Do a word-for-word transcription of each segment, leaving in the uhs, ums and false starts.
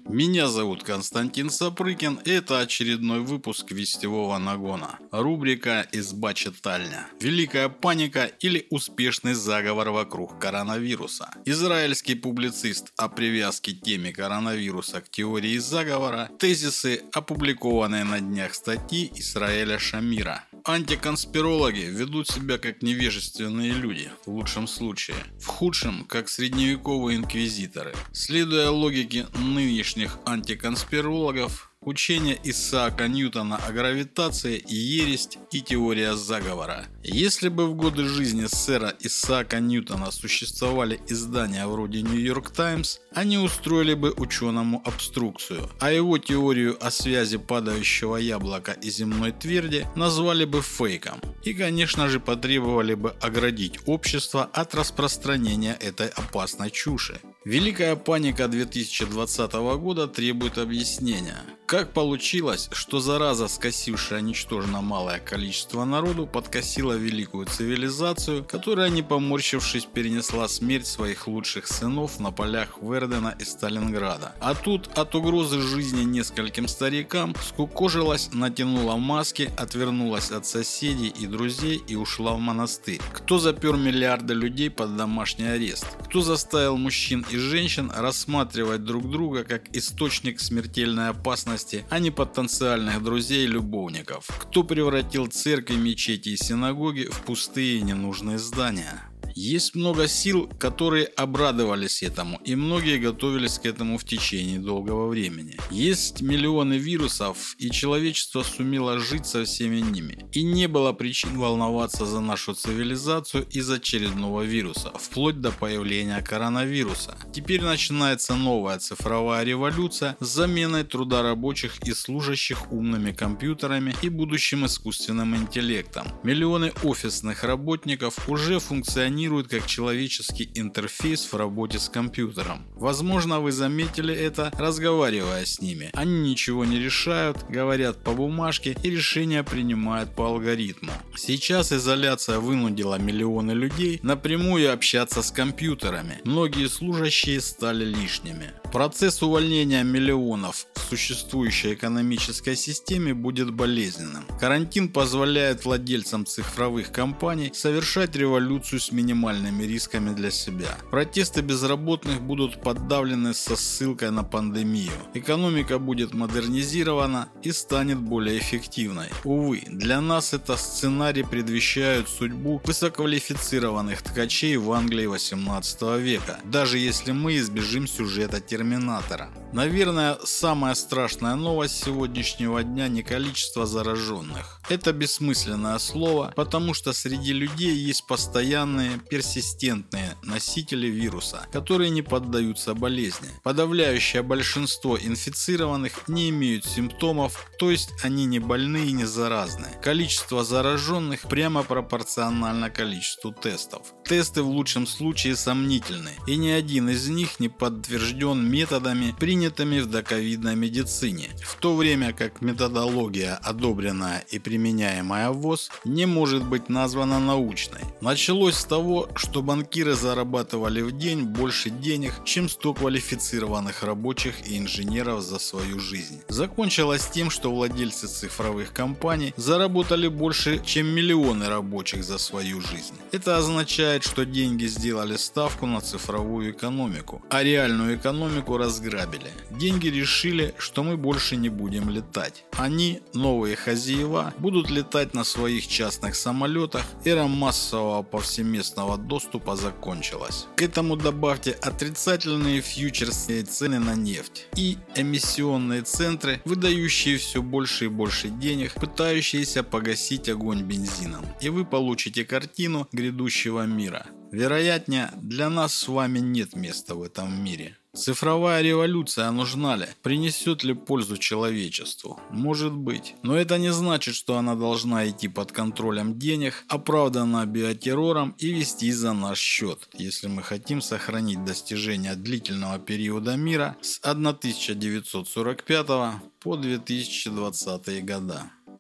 Меня зовут Константин Сапрыкин, и это очередной выпуск вестевого нагона. Рубрика «Изба читальня». Великая паника или успешный заговор вокруг коронавируса. Израильский публицист о привязке теме коронавируса к теории заговора. Тезисы, опубликованные на днях статьи Исраэля Шамира. Антиконспирологи ведут себя как невежественные люди, в лучшем случае. В худшем, как средневековые инквизиторы. Следуя логике нынешних антиконспирологов, учение Исаака Ньютона о гравитации, ересь и теория заговора. Если бы в годы жизни сэра Исаака Ньютона существовали издания вроде Нью-Йорк Таймс, они устроили бы ученому обструкцию, а его теорию о связи падающего яблока и земной тверди назвали бы фейком. И, конечно же, потребовали бы оградить общество от распространения этой опасной чуши. Великая паника две тысячи двадцатого года требует объяснения. Как получилось, что зараза, скосившая ничтожно малое количество народу, подкосила великую цивилизацию, которая, не поморщившись, перенесла смерть своих лучших сынов на полях Вердена и Сталинграда. А тут от угрозы жизни нескольким старикам скукожилась, натянула маски, отвернулась от соседей и друзей и ушла в монастырь. Кто запер миллиарды людей под домашний арест? Кто заставил мужчин и женщин рассматривать друг друга как источник смертельной опасности, а не потенциальных друзей и любовников? Кто превратил церкви, мечети и синагоги в пустые ненужные здания? Есть много сил, которые обрадовались этому, и многие готовились к этому в течение долгого времени. Есть миллионы вирусов, и человечество сумело жить со всеми ними. И не было причин волноваться за нашу цивилизацию из очередного вируса, вплоть до появления коронавируса. Теперь начинается новая цифровая революция с заменой труда рабочих и служащих умными компьютерами и будущим искусственным интеллектом. Миллионы офисных работников уже функционируют как человеческий интерфейс в работе с компьютером. Возможно, вы заметили это, разговаривая с ними. Они ничего не решают, говорят по бумажке и решения принимают по алгоритму. Сейчас изоляция вынудила миллионы людей напрямую общаться с компьютерами. Многие служащие стали лишними. Процесс увольнения миллионов в существующей экономической системе будет болезненным. Карантин позволяет владельцам цифровых компаний совершать революцию с минимальными рисками для себя. Протесты безработных будут подавлены со ссылкой на пандемию. Экономика будет модернизирована и станет более эффективной. Увы, для нас это сценарий предвещает судьбу высококвалифицированных ткачей в Англии восемнадцатого века, даже если мы избежим сюжета Терминатора. Наверное, самая страшная новость сегодняшнего дня не количество зараженных. Это бессмысленное слово, потому что среди людей есть постоянные, персистентные носители вируса, которые не поддаются болезни. Подавляющее большинство инфицированных не имеют симптомов, то есть они не больны и не заразны. Количество зараженных прямо пропорционально количеству тестов. Тесты в лучшем случае сомнительны, и ни один из них не подтвержден методами, принятыми в доковидной медицине, в то время как методология, одобренная и применяемая в ВОЗ, не может быть названа научной. Началось с того, что банкиры зарабатывали в день больше денег, чем сто квалифицированных рабочих и инженеров за свою жизнь. Закончилось тем, что владельцы цифровых компаний заработали больше, чем миллионы рабочих за свою жизнь. Это означает, что деньги сделали ставку на цифровую экономику, а реальную экономику разграбили. Деньги решили, что мы больше не будем летать. Они, новые хозяева, будут летать на своих частных самолетах. Эра массового повсеместного доступа закончилась. К этому добавьте отрицательные фьючерсные цены на нефть и эмиссионные центры, выдающие все больше и больше денег, пытающиеся погасить огонь бензином. И вы получите картину грядущего мира. Вероятнее, для нас с вами нет места в этом мире. Цифровая революция нужна ли? Принесет ли пользу человечеству? Может быть. Но это не значит, что она должна идти под контролем денег, оправдана биотеррором и вести за наш счет, если мы хотим сохранить достижения длительного периода мира с тысяча девятьсот сорок пятого по две тысячи двадцатые года.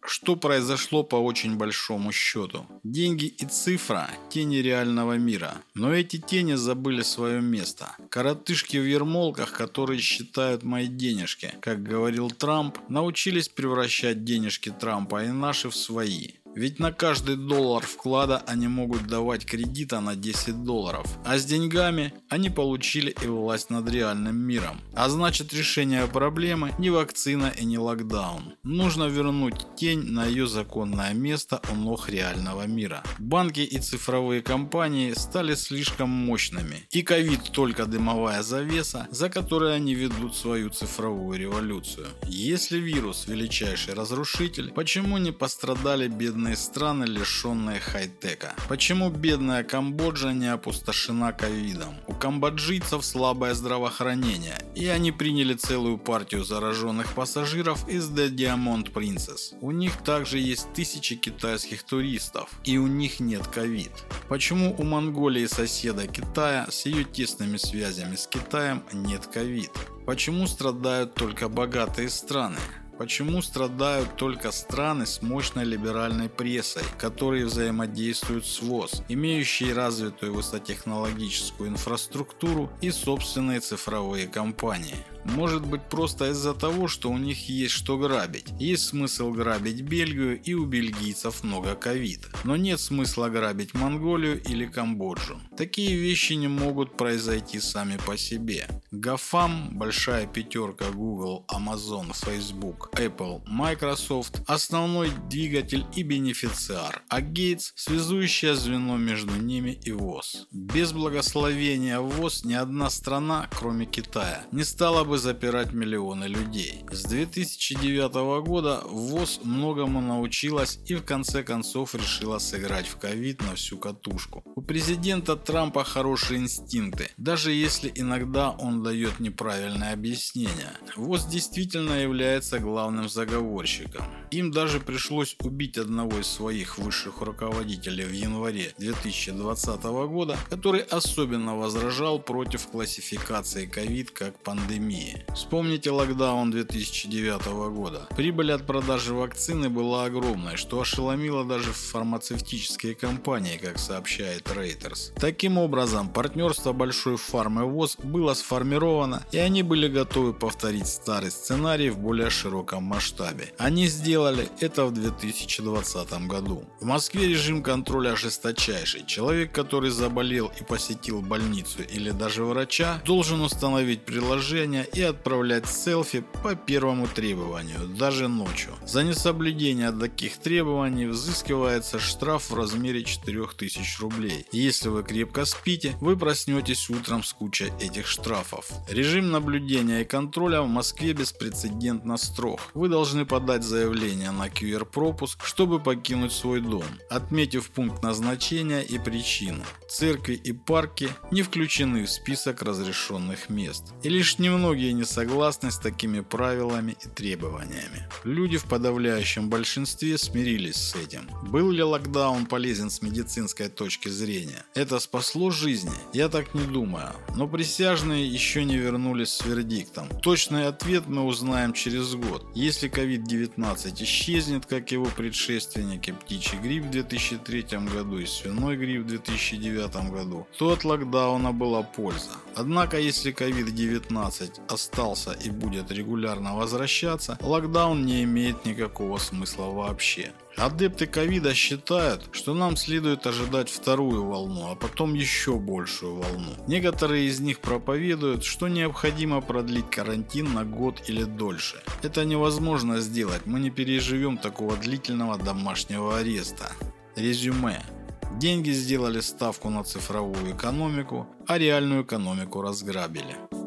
Что произошло по очень большому счету? Деньги и цифра – тени реального мира. Но эти тени забыли свое место. Коротышки в ермолках, которые считают мои денежки, как говорил Трамп, научились превращать денежки Трампа и наши в свои. Ведь на каждый доллар вклада они могут давать кредита на десять долларов. А с деньгами они получили и власть над реальным миром. А значит, решение проблемы не вакцина и не локдаун. Нужно вернуть тень на ее законное место у ног реального мира. Банки и цифровые компании стали слишком мощными. И ковид только дымовая завеса, за которой они ведут свою цифровую революцию. Если вирус величайший разрушитель, почему не пострадали бедные страны, лишенные хай-тека? Почему бедная Камбоджа не опустошена ковидом? У камбоджийцев слабое здравоохранение, и они приняли целую партию зараженных пассажиров из The Diamond Princess. У них также есть тысячи китайских туристов, и у них нет ковид. Почему у Монголии, соседа Китая, с ее тесными связями с Китаем, нет ковид? Почему страдают только богатые страны? Почему страдают только страны с мощной либеральной прессой, которые взаимодействуют с ВОЗ, имеющие развитую высокотехнологическую инфраструктуру и собственные цифровые компании? Может быть, просто из-за того, что у них есть что грабить. Есть смысл грабить Бельгию, и у бельгийцев много ковид. Но нет смысла грабить Монголию или Камбоджу. Такие вещи не могут произойти сами по себе. гафам, большая пятерка Google, Amazon, Facebook, Apple, Microsoft – основной двигатель и бенефициар, а Гейтс – связующее звено между ними и ВОЗ. Без благословения ВОЗ ни одна страна, кроме Китая, не стала бы запирать миллионы людей. С две тысячи девятого года ВОЗ многому научилась и в конце концов решила сыграть в ковид на всю катушку. У президента Трампа хорошие инстинкты, даже если иногда он дает неправильное объяснение. ВОЗ действительно является главным заговорщиком. Им даже пришлось убить одного из своих высших руководителей в январе две тысячи двадцатого года, который особенно возражал против классификации ковид как пандемии. Вспомните локдаун две тысячи девятого года. Прибыль от продажи вакцины была огромной, что ошеломило даже фармацевтические компании, как сообщает Reuters. Таким образом, партнерство большой фармы ВОЗ было сформировано, и они были готовы повторить старый сценарий в более широком масштабе. Они сделали это в две тысячи двадцатом году. В Москве режим контроля жесточайший. Человек, который заболел и посетил больницу или даже врача, должен установить приложение и отправлять селфи по первому требованию, даже ночью. За несоблюдение таких требований взыскивается штраф в размере четырех тысяч рублей. И если вы крепко спите, вы проснетесь утром с кучей этих штрафов. Режим наблюдения и контроля в Москве беспрецедентно строг. Вы должны подать заявление на ку эр пропуск, чтобы покинуть свой дом, отметив пункт назначения и причину. Церкви и парки не включены в список разрешенных мест. И лишь немногие не согласны с такими правилами и требованиями. Люди в подавляющем большинстве смирились с этим. Был ли локдаун полезен с медицинской точки зрения? Это спасло жизни? Я так не думаю. Но присяжные еще не вернулись с вердиктом. Точный ответ мы узнаем через год. Если ковид девятнадцать исчезнет, как его предшественники, птичий грипп в две тысячи третьем году и свиной грипп в две тысячи девятом году, то от локдауна была польза. Однако, если ковид девятнадцать остался и будет регулярно возвращаться, локдаун не имеет никакого смысла вообще. Адепты ковида считают, что нам следует ожидать вторую волну, а потом еще большую волну. Некоторые из них проповедуют, что необходимо продлить карантин на год или дольше. Это невозможно сделать, мы не переживем такого длительного домашнего ареста. Резюме. Деньги сделали ставку на цифровую экономику, а реальную экономику разграбили.